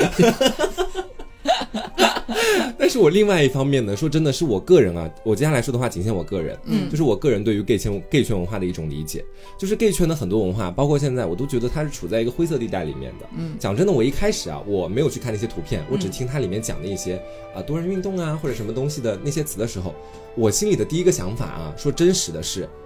但是我另外一方面呢，说真的是我个人啊，我接下来说的话仅限我个人，嗯，就是我个人对于 gay 圈 gay 圈文化的一种理解，就是 gay 圈的很多文化，包括现在我都觉得它是处在一个灰色地带里面的。嗯，讲真的，我一开始啊，我没有去看那些图片，我只听它里面讲的一些啊、呃、多人运动啊或者什么东西的那些词的时候，我心里的第一个想法啊，说真实的是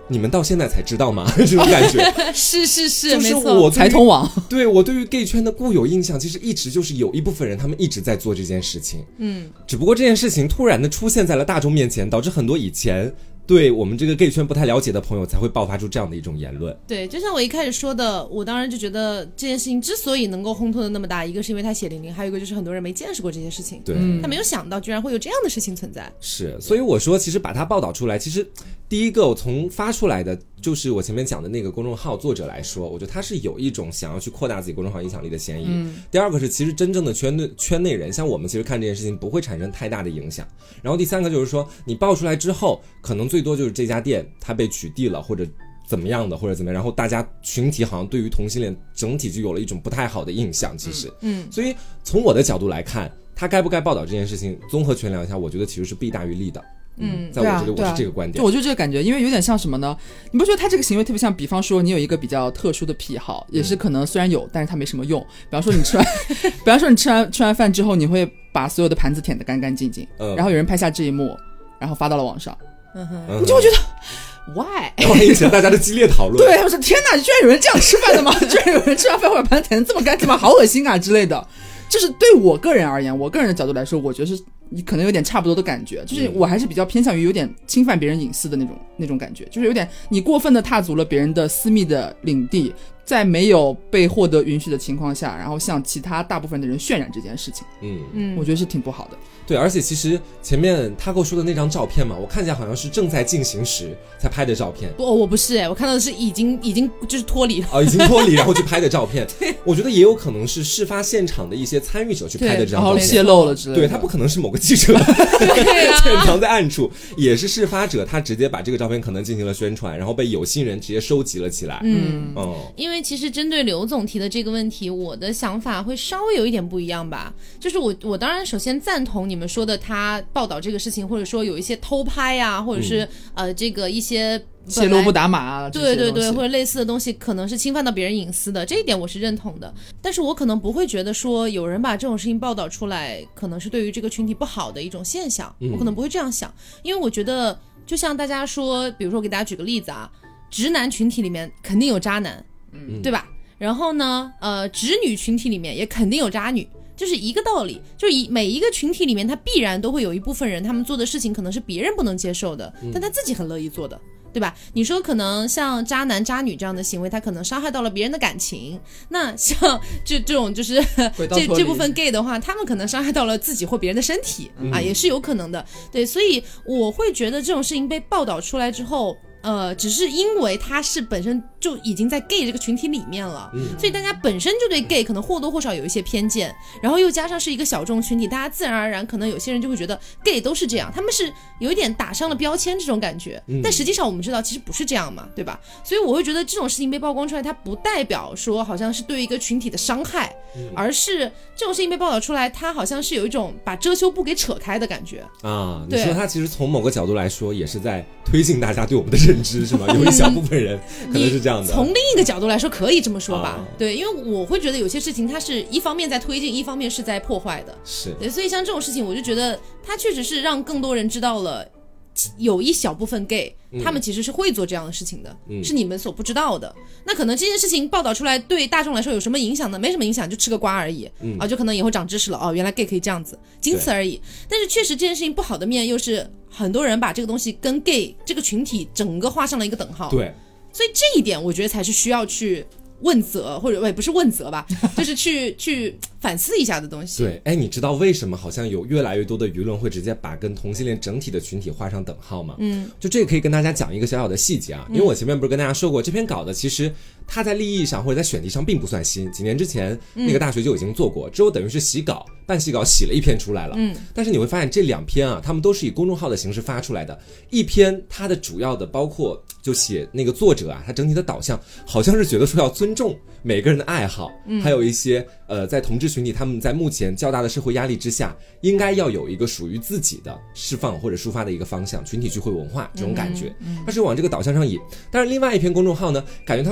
你们到现在才知道吗？这种感觉是是是， 就是没错， 我财通网， 对我对于 gay 圈的固有印象，其实一直就是有一部分人他们一直在做这件事情， 嗯， 只不过这件事情突然的出现在了大众面前，导致很多以前对我们这个 gay 圈不太了解的朋友才会爆发出这样的一种言论。 对，就像我一开始说的，我当然就觉得这件事情之所以能够烘托的那么大，一个是因为他血淋淋，还有一个就是很多人没见识过这些事情， 对、 嗯、他没有想到居然会有这样的事情存在。 是，所以我说其实把它报道出来，其实第一个我从发出来的就是我前面讲的那个公众号作者来说，我觉得他是有一种想要去扩大自己公众号影响力的嫌疑、嗯、第二个是其实真正的圈内圈内人，像我们其实看这件事情不会产生太大的影响，然后第三个就是说你爆出来之后可能最多就是这家店它被取缔了或者怎么样的或者怎么样，然后大家群体好像对于同性恋整体就有了一种不太好的印象，其实 嗯, 嗯，所以从我的角度来看，他该不该报道这件事情综合权量一下，我觉得其实是弊大于利的。嗯，在我这里我是这个观点、 啊啊、我就这个感觉，因为有点像什么呢，你不觉得他这个行为特别像比方说你有一个比较特殊的癖好，也是可能虽然有但是他没什么用，比方说你吃完比方说你吃完吃完饭之后你会把所有的盘子舔得干干净净、嗯、然后有人拍下这一幕然后发到了网上，嗯哼，你就会觉得 why， 然后引起了大家的激烈讨论。 对，我说天哪，居然有人这样吃饭的吗？居然有人吃完饭会把盘子舔得这么干净吗？好恶心啊之类的。就是对我个人而言，我个人的角度来说，我觉得是你可能有点差不多的感觉，就是我还是比较偏向于有点侵犯别人隐私的那种那种感觉，就是有点你过分的踏足了别人的私密的领地，在没有被获得允许的情况下，然后向其他大部分的人渲染这件事情，嗯嗯，我觉得是挺不好的。 对，而且其实前面他跟我说的那张照片嘛，我看起来好像是正在进行时才拍的照片。 不，我不是哎，我看到的是已经已经就是脱离了， 哦，已经脱离然后去拍的照片。我觉得也有可能是事发现场的一些参与者去拍的这张照片， 然后泄露了之类的。 对，他不可能是某个记者潜藏在暗处，也是事发者他直接把这个照片可能进行了宣传，然后被有心人直接收集了起来。嗯， 哦，因为其实针对刘总提的这个问题，我的想法会稍微有一点不一样吧。就是我我当然首先赞同你们说的，他报道这个事情，或者说有一些偷拍啊，或者是、嗯、呃这个一些泄露不打码啊， 对对对，或者类似的东西，可能是侵犯到别人隐私的，这一点我是认同的。但是我可能不会觉得说有人把这种事情报道出来，可能是对于这个群体不好的一种现象，嗯、我可能不会这样想，因为我觉得就像大家说，比如说我给大家举个例子啊，直男群体里面肯定有渣男，嗯，对吧？然后呢，呃，直女群体里面也肯定有渣女。就是一个道理，就是以每一个群体里面，他必然都会有一部分人，他们做的事情可能是别人不能接受的，但他自己很乐意做的，对吧？你说可能像渣男渣女这样的行为，他可能伤害到了别人的感情，那像这这种就是这这部分 gay 的话，他们可能伤害到了自己或别人的身体、嗯、啊，也是有可能的。对，所以我会觉得这种事情被报道出来之后，呃，只是因为他是本身就已经在 gay 这个群体里面了、嗯、所以大家本身就对 gay 可能或多或少有一些偏见，然后又加上是一个小众群体，大家自然而然可能有些人就会觉得 gay 都是这样，他们是有一点打上了标签这种感觉、嗯、但实际上我们知道其实不是这样嘛，对吧？所以我会觉得这种事情被曝光出来，它不代表说好像是对一个群体的伤害、嗯、而是这种事情被报道出来，它好像是有一种把遮羞布给扯开的感觉啊。 你说它其实从某个角度来说也是在推进大家对我们的认知是吗？有一小部分人可能是这样的。 从另一个角度来说可以这么说吧、啊、对，因为我会觉得有些事情它是一方面在推进，一方面是在破坏的， 是对，所以像这种事情我就觉得它确实是让更多人知道了有一小部分 gay、嗯、他们其实是会做这样的事情的、嗯、是你们所不知道的。那可能这件事情报道出来对大众来说有什么影响呢？没什么影响，就吃个瓜而已、嗯、啊，就可能以后长知识了哦，原来 gay 可以这样子，仅此而已。但是确实这件事情不好的面又是很多人把这个东西跟 gay 这个群体整个画上了一个等号， 对， 所以这一点我觉得才是需要去问责，或者喂不是问责吧，就是去去反思一下的东西。 对，哎，你知道为什么好像有越来越多的舆论会直接把跟同性恋整体的群体画上等号吗？嗯，就这个可以跟大家讲一个小小的细节啊，因为我前面不是跟大家说过，这篇稿子其实它在立意上或者在选题上并不算新，几年之前那个大学就已经做过，之后等于是洗稿半洗稿洗了一篇出来了。嗯，但是你会发现这两篇啊，他们都是以公众号的形式发出来的，一篇它的主要的包括就写那个作者啊，他整体的导向好像是觉得说要尊重每个人的爱好，嗯、还有一些呃，在同志群体他们在目前较大的社会压力之下，应该要有一个属于自己的释放或者抒发的一个方向，群体聚会文化这种感觉，它、嗯嗯、是往这个导向上引。但是另外一篇公众号呢，感觉它它就是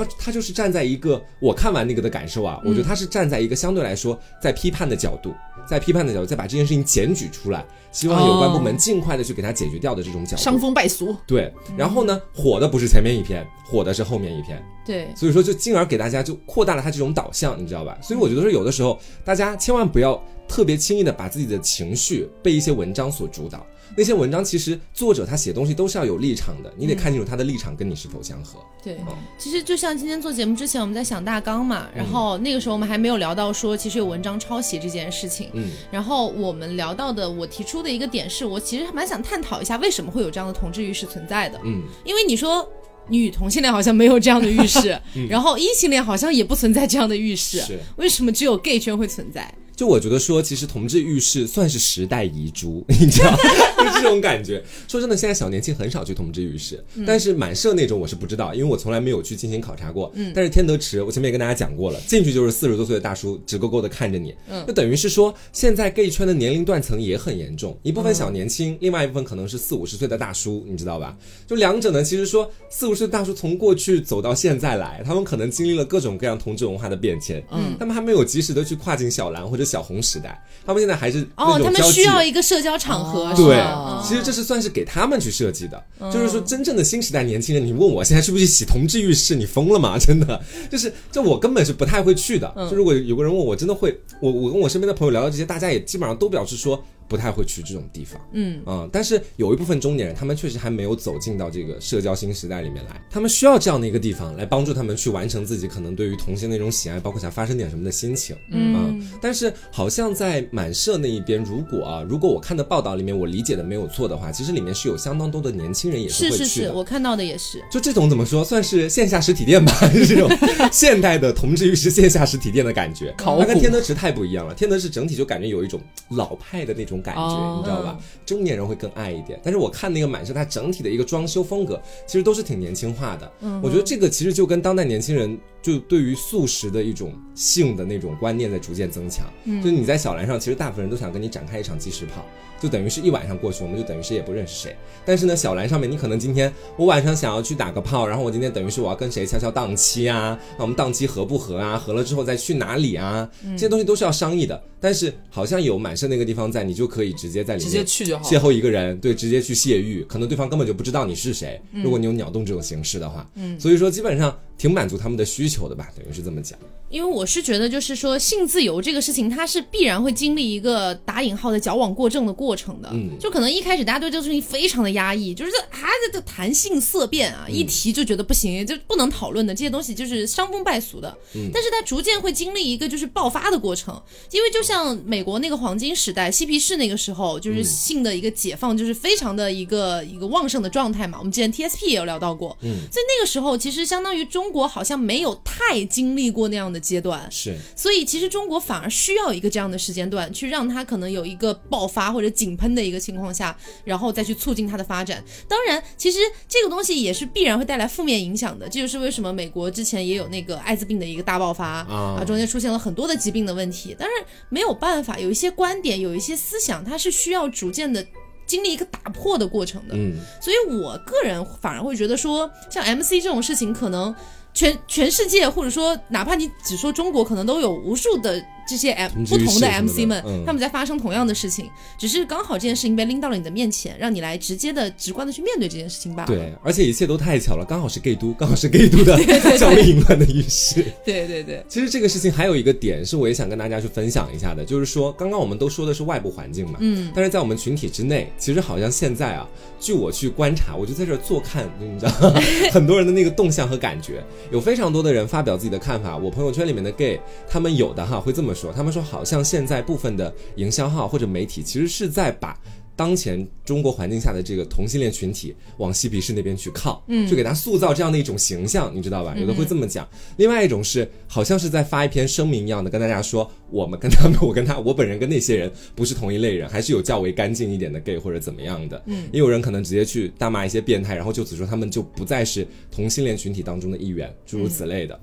就是站在一个我看完那个的感受啊，我觉得他是站在一个相对来说在批判的角度，在批判的角度再把这件事情检举出来，希望有关部门尽快的去给他解决掉的这种角度， 伤风败俗。 对，然后呢，火的不是前面一篇，火的是后面一篇。 对， 所以说就进而给大家就扩大了他这种导向，你知道吧？所以我觉得说有的时候大家千万不要特别轻易的把自己的情绪被一些文章所主导。那些文章其实作者他写东西都是要有立场的，你得看清楚他的立场跟你是否相合。 对、 嗯， 其实就像今天做节目之前我们在想大纲嘛，然后那个时候我们还没有聊到说其实有文章抄袭这件事情。嗯，然后我们聊到的我提出的一个点是我其实蛮想探讨一下为什么会有这样的同志浴室存在的。嗯，因为你说女同性恋好像没有这样的浴室、嗯、然后异性恋好像也不存在这样的浴室，为什么只有 gay 圈会存在？ 就我觉得说其实同志浴室算是时代遗珠，你知道就是这种感觉。说真的，现在小年轻很少去同志浴室、嗯、但是满社那种我是不知道，因为我从来没有去进行考察过、嗯、但是天德池我前面也跟大家讲过了，进去就是四十多岁的大叔直勾勾的看着你、嗯、就等于是说现在 gay 圈的年龄断层也很严重，一部分小年轻、嗯、另外一部分可能是四五十岁的大叔，你知道吧？就两者呢，其实说四五十岁的大叔从过去走到现在来，他们可能经历了各种各样同志文化的变迁，嗯，他们还没有及时的去跨进小蓝或者小红时代，他们现在还是那种哦，他们需要一个社交场合， 对、 哦， 其实这是算是给他们去设计的、哦、就是说真正的新时代年轻人，你问我现在是不是去洗同志浴室，你疯了吗？真的就是就我根本是不太会去的、嗯、就如果有个人问我，真的会，我我跟我身边的朋友聊到这些，大家也基本上都表示说不太会去这种地方。嗯嗯，但是有一部分中年人，他们确实还没有走进到这个社交新时代里面来，他们需要这样的一个地方来帮助他们去完成自己可能对于同性那种喜爱，包括想发生点什么的心情。嗯，嗯但是好像在满社那一边，如果啊，如果我看的报道里面我理解的没有错的话，其实里面是有相当多的年轻人也是会去的。 是是是，我看到的也是。 就这种怎么说，算是线下实体店吧，是这种现代的同志浴室线下实体店的感觉。它跟天德池太不一样了，天德池整体就感觉有一种老派的那种感觉。哦，你知道吧、嗯、中年人会更爱一点，但是我看那个满社它整体的一个装修风格其实都是挺年轻化的、嗯、我觉得这个其实就跟当代年轻人就对于素食的一种性的那种观念在逐渐增强、嗯、就是你在小蓝上其实大部分人都想跟你展开一场即时炮，就等于是一晚上过去，我们就等于是也不认识谁。但是呢小蓝上面你可能今天我晚上想要去打个炮，然后我今天等于是我要跟谁敲敲档期啊，那我们档期合不合啊，合了之后再去哪里啊、嗯、这些东西都是要商议的。但是好像有满社那个地方在，你就可以直接在里面直接去就好， 邂逅一个人，对，直接去泄欲，可能对方根本就不知道你是谁、嗯、如果你有鸟动这种形式的话，嗯，所以说基本上挺满足他们的需求的吧，等于是这么讲。 因为我是觉得就是说性自由这个事情它是必然会经历一个打引号的矫枉过正的过程的、嗯、就可能一开始大家对这个事情非常的压抑，就是这啊这谈性色变啊、嗯、一提就觉得不行，就不能讨论的这些东西就是伤风败俗的、嗯、但是它逐渐会经历一个就是爆发的过程。因为就像美国那个黄金时代嬉皮士那个时候，就是性的一个解放就是非常的一个一个旺盛的状态嘛，我们之前 T S P 也有聊到过、嗯、所以那个时候其实相当于中国好像没有太经历过那样的阶段， 是， 所以其实中国反而需要一个这样的时间段去让它可能有一个爆发或者井喷的一个情况下，然后再去促进它的发展。当然其实这个东西也是必然会带来负面影响的，这就是为什么美国之前也有那个艾滋病的一个大爆发啊，中间出现了很多的疾病的问题。但是没有办法，有一些观点有一些思想它是需要逐渐的经历一个打破的过程的、嗯、所以我个人反而会觉得说像 M C 这种事情可能全全世界或者说哪怕你只说中国可能都有无数的这些 M, 不同的 M C 们、嗯、他们在发生同样的事情，只是刚好这件事情被拎到了你的面前，让你来直接的直观的去面对这件事情罢了。 对，而且一切都太巧了，刚好是 gay 都刚好是 gay 都的教育淫乱的浴室。 对对对， 其实这个事情还有一个点是我也想跟大家去分享一下的，就是说刚刚我们都说的是外部环境嘛，嗯，但是在我们群体之内，其实好像现在啊，据我去观察，我就在这儿坐看，你知道很多人的那个动向和感觉，有非常多的人发表自己的看法。我朋友圈里面的 gay 他们有的哈会这么说，他们说好像现在部分的营销号或者媒体其实是在把当前中国环境下的这个同性恋群体往嬉皮士那边去靠，嗯，就给他塑造这样的一种形象，你知道吧？有的会这么讲。嗯、另外一种是好像是在发一篇声明一样的，跟大家说我们跟他们，我跟他，我本人跟那些人不是同一类人，还是有较为干净一点的 gay 或者怎么样的。嗯，也有人可能直接去大骂一些变态，然后就此说他们就不再是同性恋群体当中的一员，诸如此类的。嗯，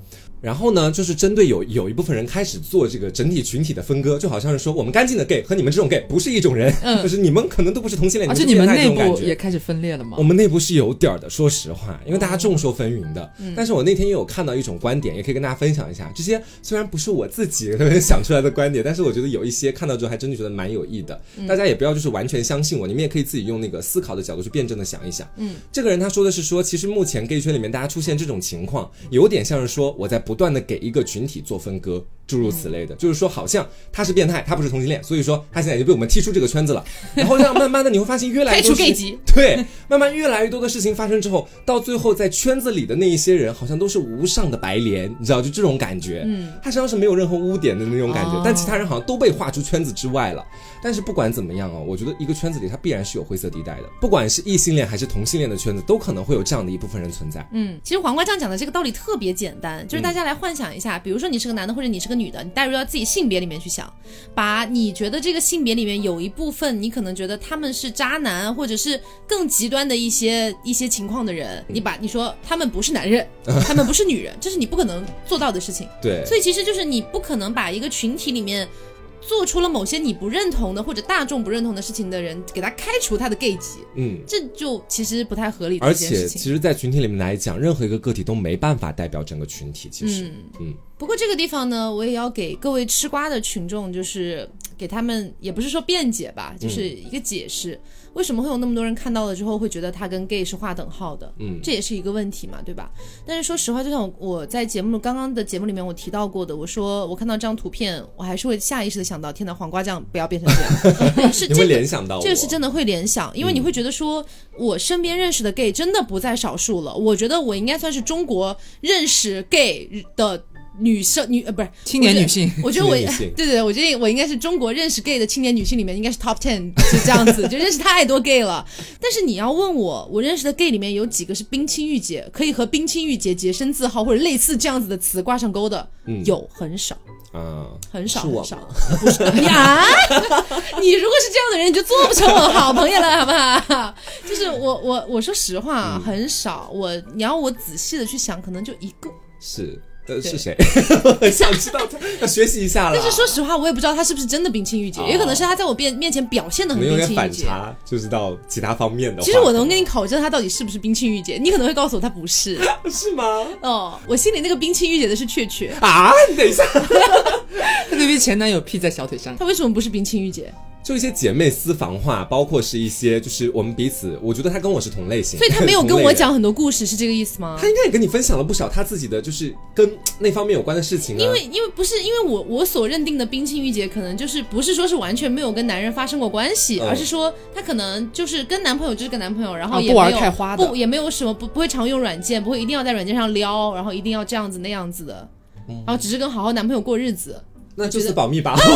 然后呢，就是针对有有一部分人开始做这个整体群体的分割，就好像是说我们干净的 gay 和你们这种 gay 不是一种人，嗯、就是你们可能都不是同性恋， 而且你们内部也开始分裂了吗？ 我们内部是有点的，说实话，因为大家众说纷纭的。嗯、但是我那天也有看到一种观点，也可以跟大家分享一下。这些虽然不是我自己想出来的观点，但是我觉得有一些看到之后还真的觉得蛮有益的。嗯、大家也不要就是完全相信我，你们也可以自己用那个思考的角度去辩证的想一想。嗯，这个人他说的是说，其实目前 gay 圈里面大家出现这种情况，有点像是说我在不断的给一个群体做分割，诸如此类的，嗯、就是说好像他是变态，他不是同性恋，所以说他现在已经被我们踢出这个圈子了。然后这样慢慢的你会发现越来越多开除 gay 级， 对，慢慢越来越多的事情发生之后，到最后在圈子里的那一些人好像都是无上的白莲，你知道就这种感觉，嗯，他身上是没有任何污点的那种感觉，哦、但其他人好像都被划出圈子之外了。但是不管怎么样哦，我觉得一个圈子里它必然是有灰色地带的，不管是异性恋还是同性恋的圈子，都可能会有这样的一部分人存在。 嗯，其实黄瓜酱讲的这个道理特别简单，就是大家来幻想一下，嗯、比如说你是个男的或者你是个女的，你带入到自己性别里面去想，把你觉得这个性别里面有一部分你可能觉得他们是渣男或者是更极端的一些一些情况的人，你把你说他们不是男人，他们不是女人，这是你不可能做到的事情。 对， 所以其实就是你不可能把一个群体里面做出了某些你不认同的或者大众不认同的事情的人，给他开除他的 gay 级，嗯，这就其实不太合理的一件事情。 而且其实在群体里面来讲，任何一个个体都没办法代表整个群体，其实 嗯, 嗯不过这个地方呢，我也要给各位吃瓜的群众，就是给他们也不是说辩解吧，就是一个解释，嗯、为什么会有那么多人看到了之后会觉得他跟 gay 是划等号的，嗯，这也是一个问题嘛，对吧？但是说实话，就像我在节目刚刚的节目里面我提到过的，我说我看到这张图片，我还是会下意识的想到，天哪，黄瓜酱不要变成这样，是你会联想到我， 这个是真的会联想，因为你会觉得说，嗯、我身边认识的 gay 真的不在少数了，我觉得我应该算是中国认识 gay 的女生女呃不是青年女性， 我觉得我对对对，我觉得我应该是中国认识 gay 的青年女性里面应该是 top ten， 是这样子，就认识太多 gay 了。但是你要问我，我认识的 gay 里面有几个是冰清玉洁，可以和冰清玉洁洁身自好或者类似这样子的词挂上钩的，嗯、有很少。嗯，很少很少，不是你啊！你如果是这样的人，你就做不成我好朋友了，好不好？就是我我我说实话，嗯、很少。我你要我仔细的去想，可能就一个。 是。呃，是谁？我很想知道，要学习一下了。 但是说实话，我也不知道他是不是真的冰清玉洁，哦、也可能是他在我面面前表现的很冰清玉洁。 有点反差，就知道其他方面的话。 其实我能跟你考证他到底是不是冰清玉洁，你可能会告诉我他不是。 是吗？ 哦，我心里那个冰清玉洁的是雀雀啊！你等一下， 他对于前男友披在小腿上， 他为什么不是冰清玉洁？ 就一些姐妹私房话，包括是一些就是我们彼此，我觉得他跟我是同类型， 所以他没有跟我讲很多故事，是这个意思吗？ 他应该也跟你分享了不少他自己的就是跟那方面有关的事情啊。 因为因为不是因为我我所认定的冰清玉洁，可能就是不是说是完全没有跟男人发生过关系，嗯、而是说他可能就是跟男朋友就是跟男朋友，然后也没有、 啊、不玩开花的， 不也没有什么不不会常用软件，不会一定要在软件上撩，然后一定要这样子那样子的，嗯、然后只是跟好好男朋友过日子， 那就是保密吧。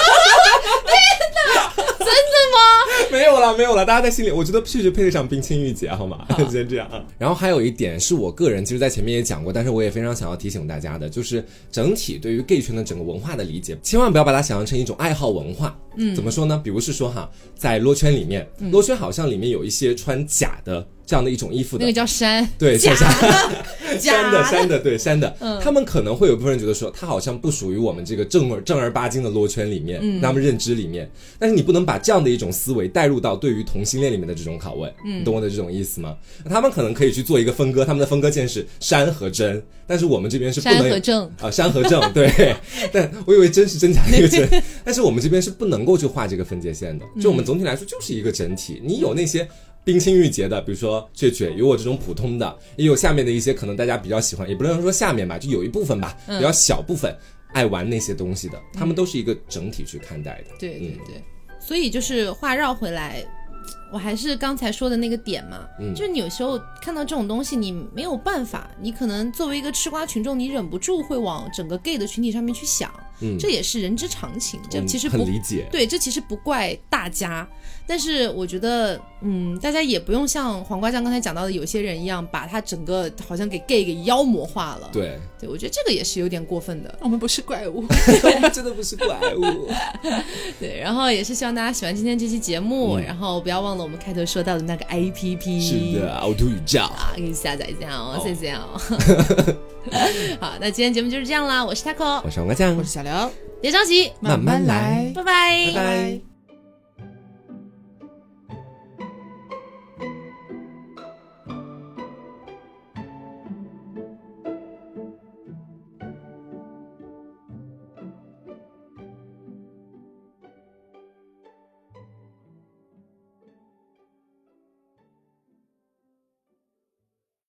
真的吗？ 没有啦，没有啦，大家在心里，我觉得确实配得上冰清玉洁，好吗？先这样啊。然后还有一点是我个人，其实在前面也讲过，但是我也非常想要提醒大家的，就是整体对于 gay 圈的整个文化的理解，千万不要把它想象成一种爱好文化。嗯，怎么说呢？比如是说哈，在罗圈里面，嗯、罗圈好像里面有一些穿假的这样的一种衣服的， 那个叫衫， 对， 假的，衫的，衫的，对，衫的。嗯、他们可能会有部分人觉得说，他好像不属于我们这个正儿正儿八经的罗圈里面，嗯、他们认知里面。但是你不能把这样的一种思维带入到对于同性恋里面的这种拷问，嗯、你懂我的这种意思吗？他们可能可以去做一个分割，他们的分割线是山和真，但是我们这边是不能山和正啊、呃，山和正，对。但我以为真是真假的一个真，但是我们这边是不能够去画这个分界线的。就我们总体来说就是一个整体，你有那些冰清玉洁的，比如说雀雀，有我这种普通的，也有下面的一些可能大家比较喜欢，也不能说下面吧，就有一部分吧，比较小部分爱玩那些东西的，他们都是一个整体去看待的。 对对对，嗯、所以就是话绕回来，我还是刚才说的那个点嘛，嗯、就是你有时候看到这种东西，你没有办法，你可能作为一个吃瓜群众，你忍不住会往整个 gay 的群体上面去想。 嗯， 这也是人之常情，这其实不、 嗯、很理解。 对，这其实不怪大家，但是我觉得，嗯，大家也不用像黄瓜酱刚才讲到的有些人一样，把他整个好像给 gay 给妖魔化了。 对， 对，我觉得这个也是有点过分的。 我们不是怪物， 我们真的不是怪物。 对，然后也是希望大家喜欢今天这期节目，嗯、然后不要忘了我们开头说到的那个 A P P。 是的，凹凸宇宙啊，给你下载一下哦，谢谢哦。好，那今天节目就是这样啦，我是 Taco， 我是黄瓜酱， 我是小刘， 别着急， 慢慢来， 拜拜， 拜拜。